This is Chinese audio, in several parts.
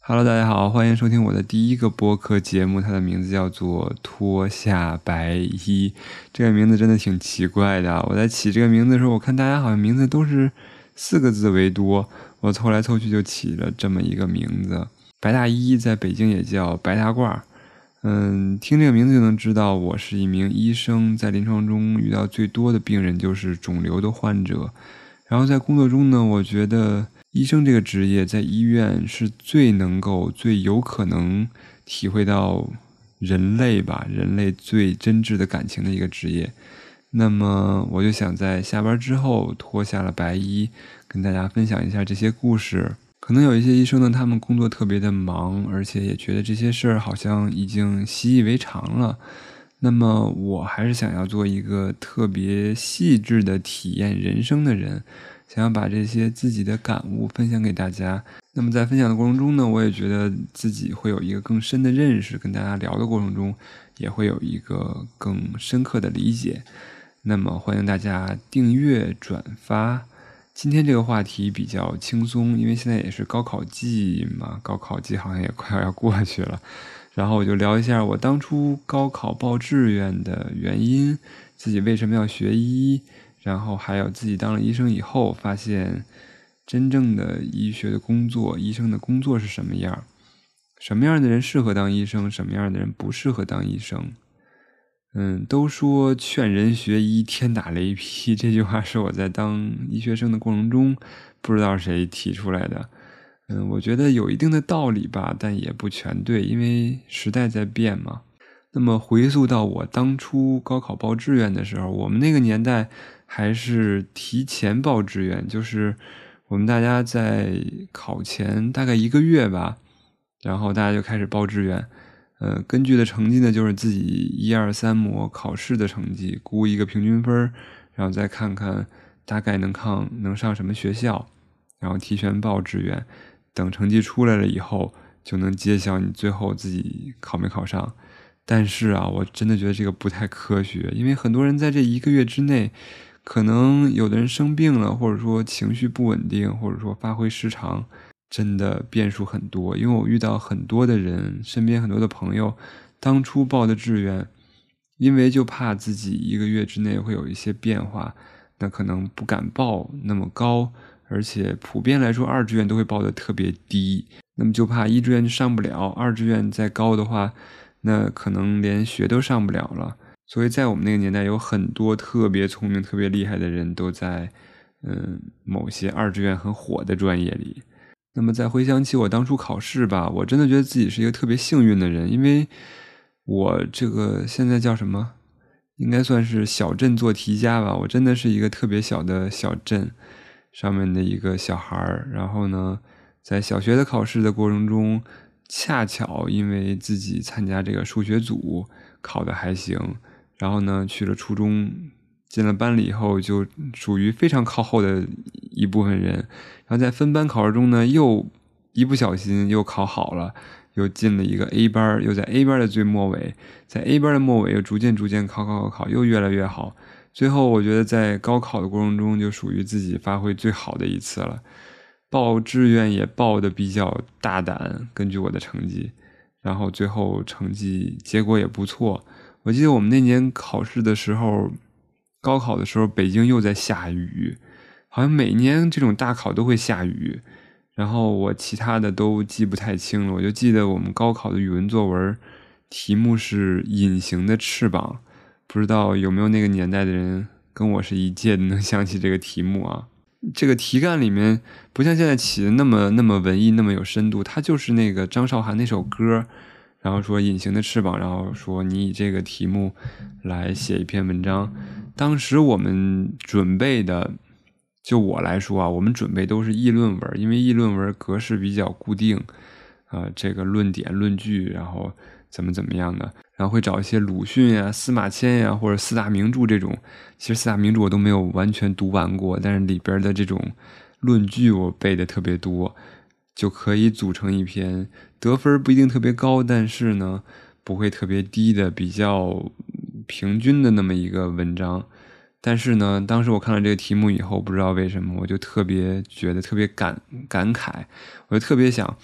Hello，大家好，欢迎收听我的第一个播客节目，它的名字叫做脱下白衣。这个名字真的挺奇怪的，我在起这个名字的时候，我看大家好像名字都是4个字为多，我凑来凑去就起了这么一个名字。白大衣在北京也叫白大褂。听这个名字就能知道我是一名医生，在临床中遇到最多的病人就是肿瘤的患者。然后在工作中呢，我觉得医生这个职业在医院是最有可能体会到人类最真挚的感情的一个职业。那么我就想在下班之后脱下了白衣，跟大家分享一下这些故事。可能有一些医生呢，他们工作特别的忙，而且也觉得这些事儿好像已经习以为常了。那么我还是想要做一个特别细致的体验人生的人，想要把这些自己的感悟分享给大家。那么在分享的过程中呢，我也觉得自己会有一个更深的认识，跟大家聊的过程中也会有一个更深刻的理解。那么欢迎大家订阅转发。今天这个话题比较轻松，因为现在也是高考季嘛，高考季好像也快要过去了。然后我就聊一下我当初高考报志愿的原因，自己为什么要学医，然后还有自己当了医生以后发现真正的医学的工作，医生的工作是什么样，什么样的人适合当医生，什么样的人不适合当医生。都说劝人学医天打雷劈，这句话是我在当医学生的过程中不知道谁提出来的。我觉得有一定的道理吧，但也不全对，因为时代在变嘛。那么回溯到我当初高考报志愿的时候，我们那个年代还是提前报志愿，就是我们大家在考前大概1个月吧，然后大家就开始报志愿。根据的成绩呢，就是自己1、2、3模考试的成绩，估一个平均分，然后再看看大概能上什么学校，然后提前报志愿，等成绩出来了以后，就能揭晓你最后自己考没考上。但是啊，我真的觉得这个不太科学，因为很多人在这1个月之内，可能有的人生病了，或者说情绪不稳定，或者说发挥失常，真的变数很多。因为我遇到很多的人，身边很多的朋友，当初报的志愿，因为就怕自己1个月之内会有一些变化，那可能不敢报那么高，而且普遍来说2志愿都会报得特别低，那么就怕1志愿就上不了，2志愿再高的话，那可能连学都上不了了。所以在我们那个年代，有很多特别聪明特别厉害的人都在某些2志愿很火的专业里。那么再回想起我当初考试吧，我真的觉得自己是一个特别幸运的人，因为我这个现在叫什么，应该算是小镇做题家吧。我真的是一个特别小的小镇上面的一个小孩儿。然后呢，在小学的考试的过程中，恰巧因为自己参加这个数学组考得还行，然后呢去了初中，进了班里以后就属于非常靠后的一部分人，然后在分班考试中呢又一不小心又考好了，又进了一个 A 班，又在 A 班的最末尾，在 A 班的末尾又逐渐考，又越来越好。最后我觉得在高考的过程中就属于自己发挥最好的一次了，报志愿也报的比较大胆，根据我的成绩，然后最后成绩结果也不错。我记得我们那年考试的时候，高考的时候北京又在下雨，好像每年这种大考都会下雨，然后我其他的都记不太清了。我就记得我们高考的语文作文题目是隐形的翅膀，不知道有没有那个年代的人跟我是一届的能想起这个题目啊。这个题干里面不像现在起的那么文艺，那么有深度，它就是那个张韶涵那首歌，然后说隐形的翅膀，然后说你以这个题目来写一篇文章。当时我们准备的，就我来说啊，我们准备都是议论文，因为议论文格式比较固定，这个论点论据，然后怎么样的，然后会找一些鲁迅呀、司马迁呀，或者4大名著这种。其实4大名著我都没有完全读完过，但是里边的这种论据我背的特别多，就可以组成一篇得分不一定特别高，但是呢不会特别低的比较平均的那么一个文章。但是呢，当时我看了这个题目以后，不知道为什么我就特别觉得特别感慨，我就特别想，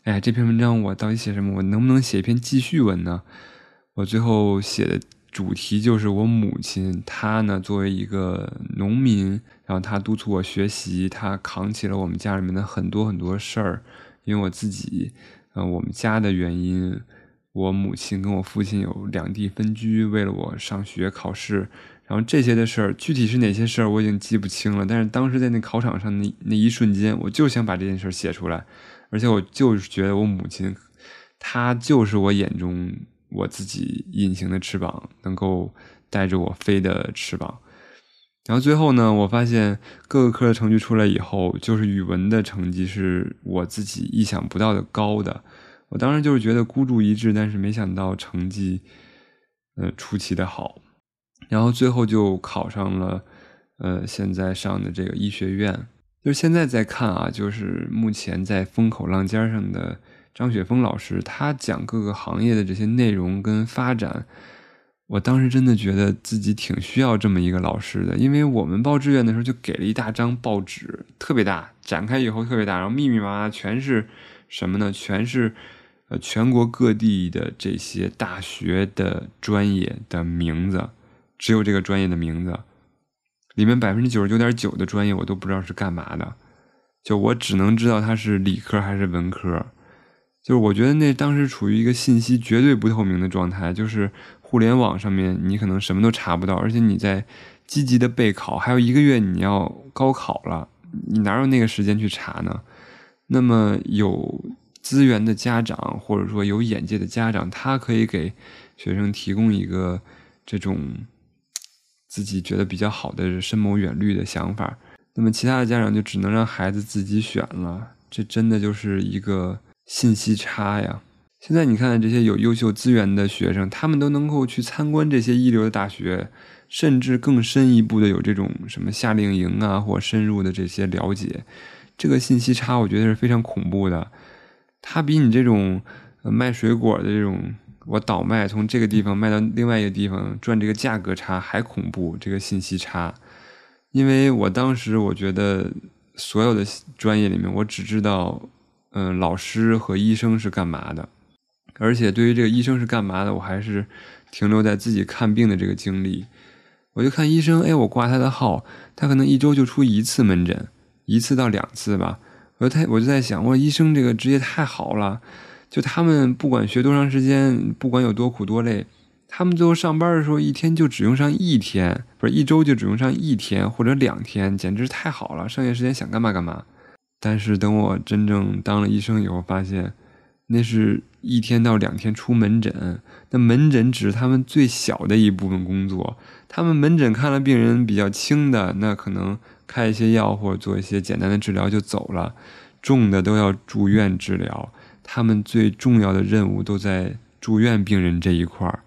哎，这篇文章我到底写什么？我能不能写一篇记叙文呢？我最后写的主题就是我母亲，她呢作为一个农民，然后她督促我学习，她扛起了我们家里面的很多很多事儿。因为我自己，我们家的原因，我母亲跟我父亲有两地分居，为了我上学考试，然后这些的事儿，具体是哪些事儿我已经记不清了。但是当时在那考场上那一瞬间，我就想把这件事写出来，而且我就是觉得我母亲，她就是我眼中我自己隐形的翅膀，能够带着我飞的翅膀。然后最后呢，我发现各个科的成绩出来以后，就是语文的成绩是我自己意想不到的高的。我当时就是觉得孤注一掷，但是没想到成绩出奇的好。然后最后就考上了现在上的这个医学院。就是现在在看啊，就是目前在风口浪尖上的张雪峰老师，他讲各个行业的这些内容跟发展，我当时真的觉得自己挺需要这么一个老师的。因为我们报志愿的时候就给了一大张报纸，特别大，展开以后特别大，然后密密麻麻全是什么呢？全是全国各地的这些大学的专业的名字，只有这个专业的名字，里面99.9%的专业我都不知道是干嘛的，就我只能知道它是理科还是文科。就是我觉得那当时处于一个信息绝对不透明的状态，就是互联网上面你可能什么都查不到，而且你在积极的备考，还有1个月你要高考了，你哪有那个时间去查呢？那么有资源的家长，或者说有眼界的家长，他可以给学生提供一个这种自己觉得比较好的深谋远虑的想法，那么其他的家长就只能让孩子自己选了，这真的就是一个信息差呀。现在你看这些有优秀资源的学生，他们都能够去参观这些一流的大学，甚至更深一步的有这种什么夏令营啊，或深入的这些了解。这个信息差我觉得是非常恐怖的，它比你这种卖水果的这种我倒卖从这个地方卖到另外一个地方赚这个价格差还恐怖，这个信息差。因为我当时我觉得所有的专业里面我只知道老师和医生是干嘛的，而且对于这个医生是干嘛的，我还是停留在自己看病的这个经历。我就看医生，哎，我挂他的号，他可能1周就出1次门诊，1次到2次吧。我就在想，我医生这个职业太好了，就他们不管学多长时间，不管有多苦多累，他们最后上班的时候1天就只用上1天，不是1周就只用上1天或者2天，简直太好了，剩下时间想干嘛干嘛。但是等我真正当了医生以后，发现那是1天到2天出门诊，那门诊只是他们最小的一部分工作。他们门诊看了病人比较轻的，那可能开一些药或者做一些简单的治疗就走了，重的都要住院治疗，他们最重要的任务都在住院病人这一块儿。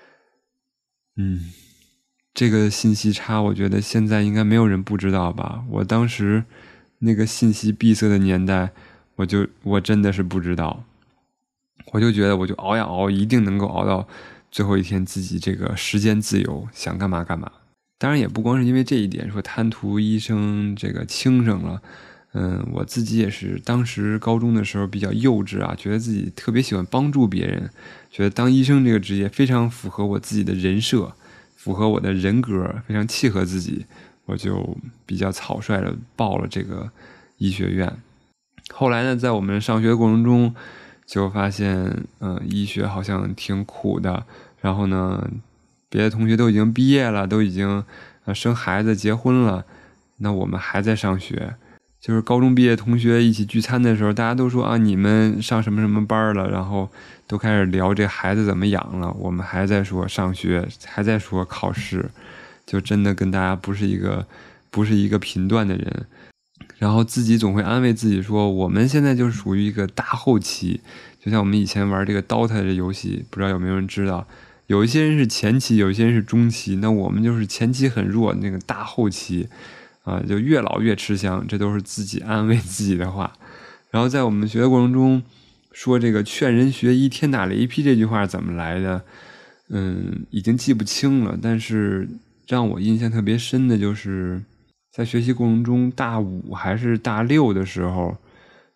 这个信息差我觉得现在应该没有人不知道吧。我当时那个信息闭塞的年代，我真的是不知道，我就觉得我就熬呀熬，一定能够熬到最后一天，自己这个时间自由，想干嘛干嘛。当然也不光是因为这一点，说贪图医生这个轻省了。我自己也是当时高中的时候比较幼稚啊，觉得自己特别喜欢帮助别人，觉得当医生这个职业非常符合我自己的人设，符合我的人格，非常契合自己，我就比较草率的报了这个医学院。后来呢，在我们上学过程中就发现医学好像挺苦的，然后呢别的同学都已经毕业了，都已经生孩子结婚了，那我们还在上学。就是高中毕业同学一起聚餐的时候，大家都说啊，你们上什么什么班了，然后都开始聊这孩子怎么养了，我们还在说上学，还在说考试，就真的跟大家不是一个频段的人。然后自己总会安慰自己说，我们现在就是属于一个大后期，就像我们以前玩这个 DOTA 的游戏，不知道有没有人知道，有一些人是前期，有一些人是中期，那我们就是前期很弱，那个大后期就越老越吃香，这都是自己安慰自己的话。然后在我们学的过程中说这个劝人学医天打雷劈这句话怎么来的，已经记不清了，但是让我印象特别深的就是在学习过程中大5还是大6的时候，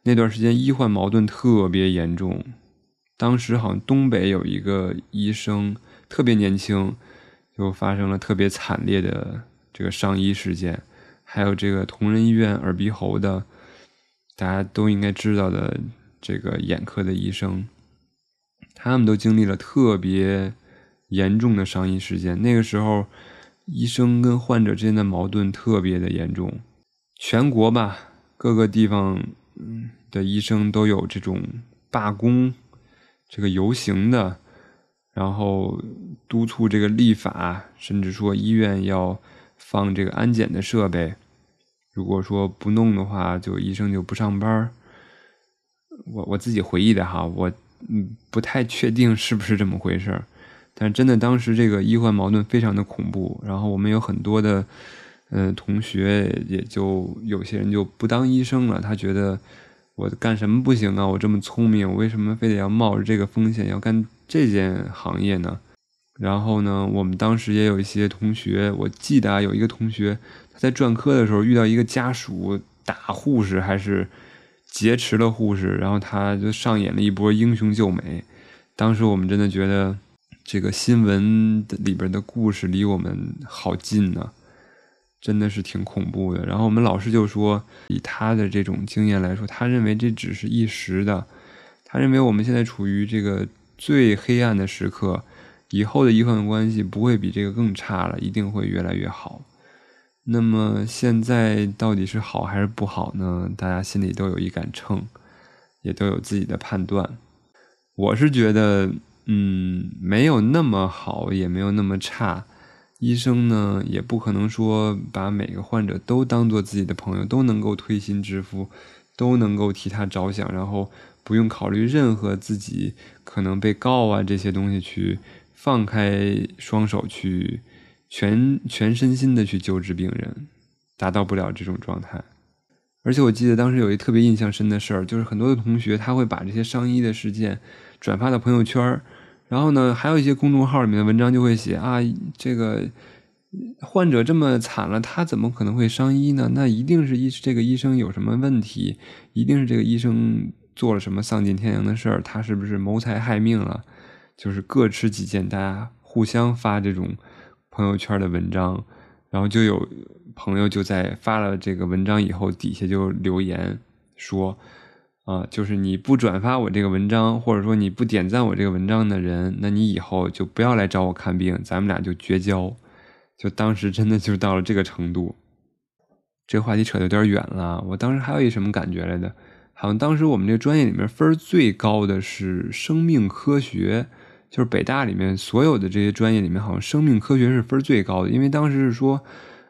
那段时间医患矛盾特别严重，当时好像东北有一个医生特别年轻，就发生了特别惨烈的这个伤医事件，还有这个同仁医院耳鼻喉的大家都应该知道的这个眼科的医生，他们都经历了特别严重的伤医事件。那个时候医生跟患者之间的矛盾特别的严重，全国吧各个地方的医生都有这种罢工这个游行的，然后督促这个立法，甚至说医院要放这个安检的设备，如果说不弄的话，就医生就不上班。我自己回忆的哈，我不太确定是不是这么回事，但真的当时这个医患矛盾非常的恐怖，然后我们有很多的同学，也就有些人就不当医生了，他觉得我干什么不行啊，我这么聪明，我为什么非得要冒着这个风险要干这件行业呢？然后呢，我们当时也有一些同学，我记得有一个同学他在专科的时候遇到一个家属打护士还是劫持了护士，然后他就上演了一波英雄救美。当时我们真的觉得这个新闻里边的故事离我们好近呢，真的是挺恐怖的。然后我们老师就说，以他的这种经验来说，他认为这只是一时的，他认为我们现在处于这个最黑暗的时刻，以后的医患关系不会比这个更差了，一定会越来越好。那么现在到底是好还是不好呢？大家心里都有一杆秤，也都有自己的判断。我是觉得没有那么好，也没有那么差。医生呢也不可能说把每个患者都当做自己的朋友，都能够推心置腹，都能够替他着想，然后不用考虑任何自己可能被告啊这些东西，去放开双手去全身心的去救治病人，达到不了这种状态。而且我记得当时有一特别印象深的事儿，就是很多的同学他会把这些伤医的事件转发到朋友圈，然后呢还有一些公众号里面的文章就会写啊，这个患者这么惨了，他怎么可能会伤医呢？那一定是这个医生有什么问题，一定是这个医生做了什么丧尽天良的事儿，他是不是谋财害命了？就是各持己见，大家互相发这种朋友圈的文章，然后就有朋友就在发了这个文章以后，底下就留言说就是你不转发我这个文章，或者说你不点赞我这个文章的人，那你以后就不要来找我看病，咱们俩就绝交。就当时真的就到了这个程度。这个话题扯得有点远了，我当时还有一什么感觉来的，好像当时我们这个专业里面分最高的是生命科学，就是北大里面所有的这些专业里面，好像生命科学是分最高的，因为当时是说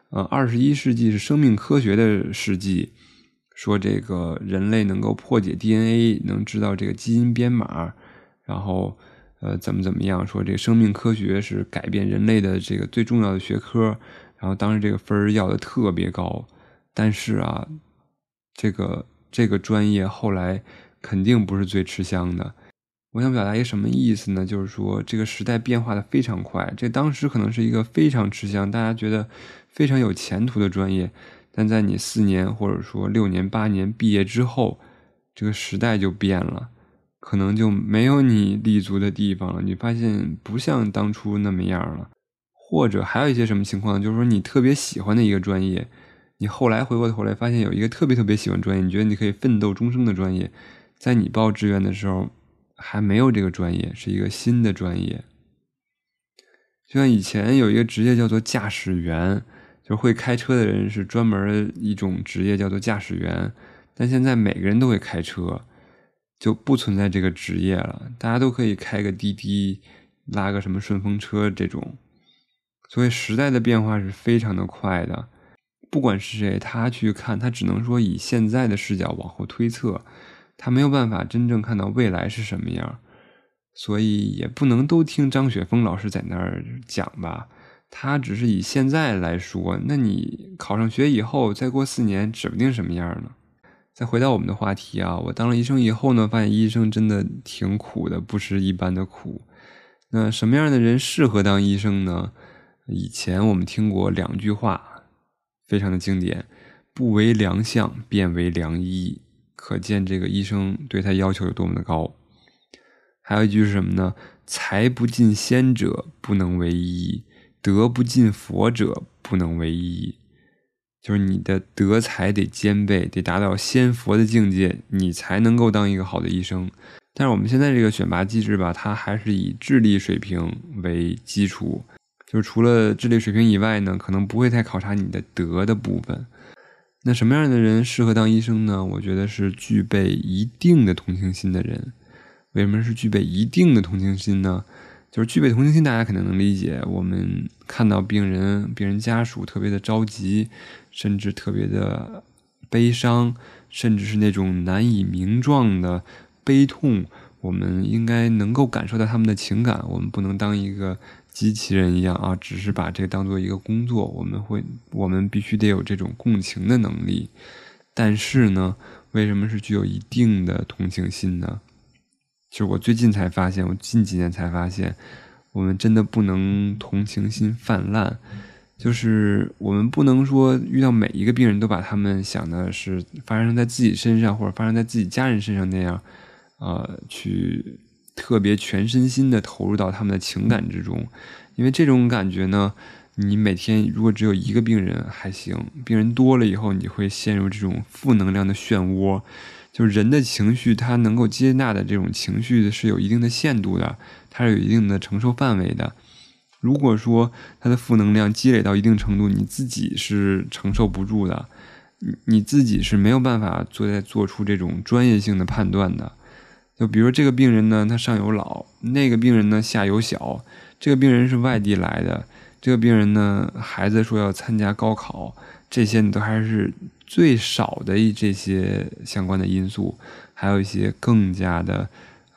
21世纪是生命科学的世纪，说这个人类能够破解 DNA， 能知道这个基因编码，然后怎么样，说这个生命科学是改变人类的这个最重要的学科，然后当时这个分要的特别高。但是啊，这个专业后来肯定不是最吃香的。我想表达一个什么意思呢？就是说这个时代变化的非常快，这当时可能是一个非常吃香，大家觉得非常有前途的专业，但在你4年或者说6年8年毕业之后，这个时代就变了，可能就没有你立足的地方了，你发现不像当初那么样了。或者还有一些什么情况，就是说你特别喜欢的一个专业，你后来回过头来发现有一个特别喜欢专业，你觉得你可以奋斗终生的专业，在你报志愿的时候还没有这个专业，是一个新的专业。就像以前有一个职业叫做驾驶员，就是会开车的人是专门一种职业叫做驾驶员，但现在每个人都会开车，就不存在这个职业了，大家都可以开个滴滴，拉个什么顺风车这种。所以时代的变化是非常的快的，不管是谁，他去看，他只能说以现在的视角往后推测，他没有办法真正看到未来是什么样，所以也不能都听张雪峰老师在那儿讲吧，他只是以现在来说，那你考上学以后再过4年指不定什么样呢。再回到我们的话题啊，我当了医生以后呢，发现医生真的挺苦的，不是一般的苦。那什么样的人适合当医生呢？以前我们听过2句话非常的经典，不为良相便为良医， 可见这个医生对他要求有多么的高。还有一句是什么呢？才不尽仙者不能为医，德不尽佛者不能为医。就是你的德才得兼备，得达到仙佛的境界，你才能够当一个好的医生。但是我们现在这个选拔机制吧，它还是以智力水平为基础，就是除了智力水平以外呢，可能不会太考察你的德的部分。那什么样的人适合当医生呢？我觉得是具备一定的同情心的人。为什么是具备一定的同情心呢？就是具备同情心，大家肯定能理解。我们看到病人家属特别的着急，甚至特别的悲伤，甚至是那种难以名状的悲痛，我们应该能够感受到他们的情感。我们不能当一个机器人一样啊，只是把这个当做一个工作。我们必须得有这种共情的能力。但是呢，为什么是具有一定的同情心呢？就是我近几年才发现，我们真的不能同情心泛滥。就是我们不能说遇到每一个病人都把他们想的是发生在自己身上或者发生在自己家人身上那样，去特别全身心的投入到他们的情感之中。因为这种感觉呢，你每天如果只有一个病人还行，病人多了以后，你会陷入这种负能量的漩涡。就是人的情绪，他能够接纳的这种情绪是有一定的限度的，它是有一定的承受范围的。如果说他的负能量积累到一定程度，你自己是承受不住的，你自己是没有办法做出这种专业性的判断的。就比如这个病人呢，他上有老，那个病人呢下有小，这个病人是外地来的，这个病人呢孩子说要参加高考，这些都还是最少的这些相关的因素，还有一些更加的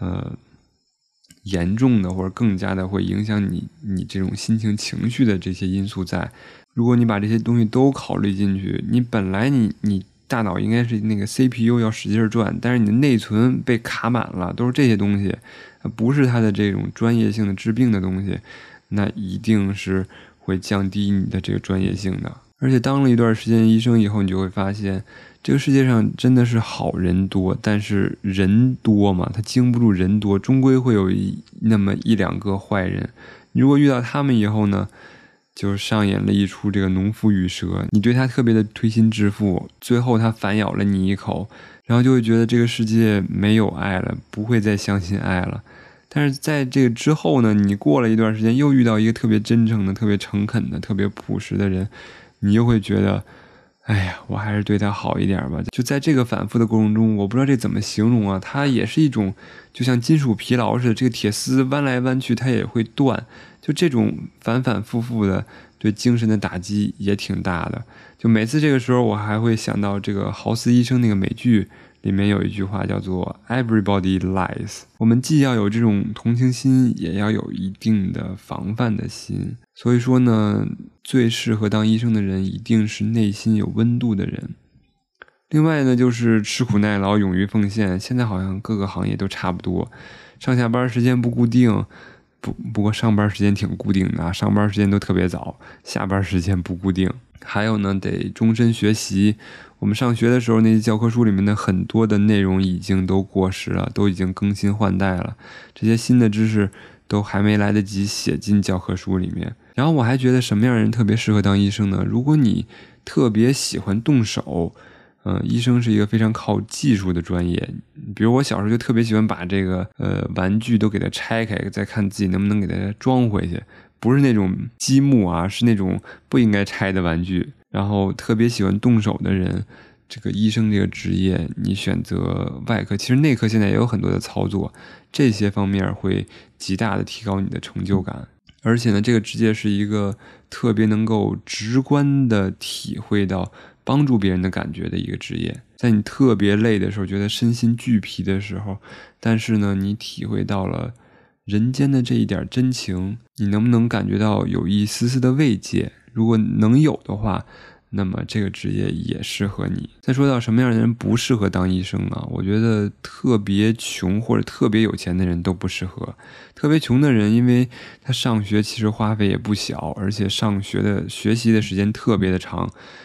严重的或者更加的会影响你这种心情情绪的这些因素在。如果你把这些东西都考虑进去，你本来你大脑应该是那个 CPU 要使劲转，但是你的内存被卡满了，都是这些东西，不是它的这种专业性的治病的东西，那一定是会降低你的这个专业性的。而且当了一段时间医生以后，你就会发现这个世界上真的是好人多，但是人多嘛，他经不住人多，终归会有那么一两个坏人。如果遇到他们以后呢，就上演了一出这个农夫与蛇，你对他特别的推心置腹，最后他反咬了你一口，然后就会觉得这个世界没有爱了，不会再相信爱了。但是在这个之后呢，你过了一段时间又遇到一个特别真诚的、特别诚恳的、特别朴实的人，你又会觉得哎呀，我还是对他好一点吧。就在这个反复的过程中，我不知道这怎么形容啊，它也是一种就像金属疲劳似的，这个铁丝弯来弯去它也会断，就这种反反复复的对精神的打击也挺大的。就每次这个时候我还会想到这个豪斯医生那个美剧里面有一句话叫做 Everybody lies。 我们既要有这种同情心，也要有一定的防范的心。所以说呢，最适合当医生的人一定是内心有温度的人。另外呢，就是吃苦耐劳、勇于奉献。现在好像各个行业都差不多，上下班时间不固定，不过上班时间挺固定的，上班时间都特别早，下班时间不固定。还有呢，得终身学习。我们上学的时候，那些教科书里面的很多的内容已经都过时了，都已经更新换代了，这些新的知识都还没来得及写进教科书里面。然后我还觉得什么样的人特别适合当医生呢？如果你特别喜欢动手，医生是一个非常靠技术的专业。比如我小时候就特别喜欢把这个玩具都给它拆开，再看自己能不能给它装回去。不是那种积木啊，是那种不应该拆的玩具。然后特别喜欢动手的人，这个医生这个职业，你选择外科，其实内科现在也有很多的操作，这些方面会极大的提高你的成就感。而且呢，这个职业是一个特别能够直观的体会到帮助别人的感觉的一个职业。在你特别累的时候，觉得身心俱疲的时候，但是呢，你体会到了人间的这一点真情，你能不能感觉到有一丝丝的慰藉？如果能有的话，那么这个职业也适合你。再说到什么样的人不适合当医生啊？我觉得特别穷或者特别有钱的人都不适合。特别穷的人，因为他上学其实花费也不小，而且上学的学习的时间特别的长，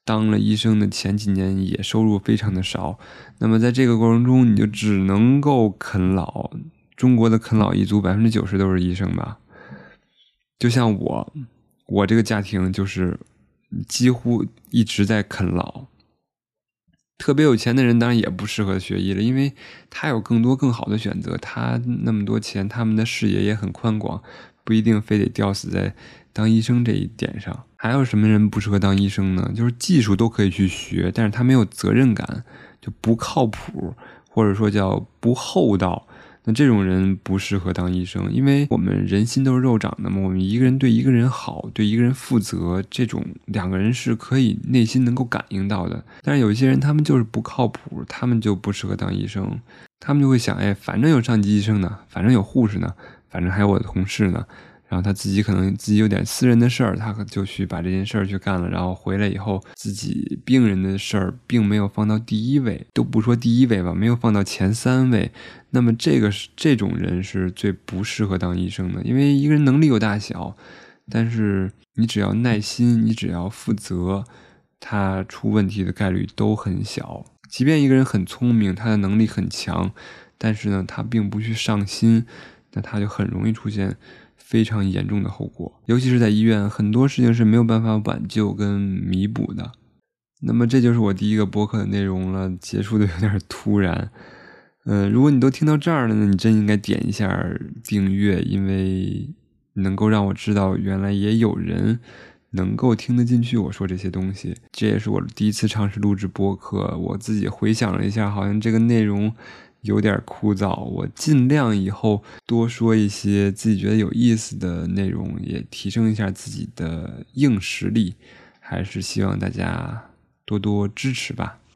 当了医生的前几年也收入非常的少，那么在这个过程中你就只能够啃老。中国的啃老一族90%都是医生吧。就像我这个家庭就是几乎一直在啃老。特别有钱的人当然也不适合学医了，因为他有更多更好的选择，他那么多钱，他们的视野也很宽广，不一定非得吊死在当医生这一点上。还有什么人不适合当医生呢？就是技术都可以去学，但是他没有责任感，就不靠谱，或者说叫不厚道。那这种人不适合当医生，因为我们人心都是肉长的嘛，我们一个人对一个人好，对一个人负责，这种两个人是可以内心能够感应到的。但是有一些人他们就是不靠谱，他们就不适合当医生，他们就会想，反正有上级医生呢，反正有护士呢，反正还有我的同事呢，然后他自己可能自己有点私人的事儿，他就去把这件事儿去干了，然后回来以后自己病人的事儿并没有放到第一位，都不说第一位吧，没有放到前3位。那么这种人是最不适合当医生的，因为一个人能力有大小，但是你只要耐心，你只要负责，他出问题的概率都很小。即便一个人很聪明，他的能力很强，但是呢，他并不去上心，那他就很容易出现非常严重的后果。尤其是在医院，很多事情是没有办法挽救跟弥补的。那么这就是我第一个播客的内容了，结束的有点突然。如果你都听到这儿了呢，你真应该点一下订阅，因为能够让我知道原来也有人能够听得进去我说这些东西。这也是我第一次尝试录制播客，我自己回想了一下，好像这个内容有点枯燥，我尽量以后多说一些自己觉得有意思的内容，也提升一下自己的硬实力，还是希望大家多多支持吧。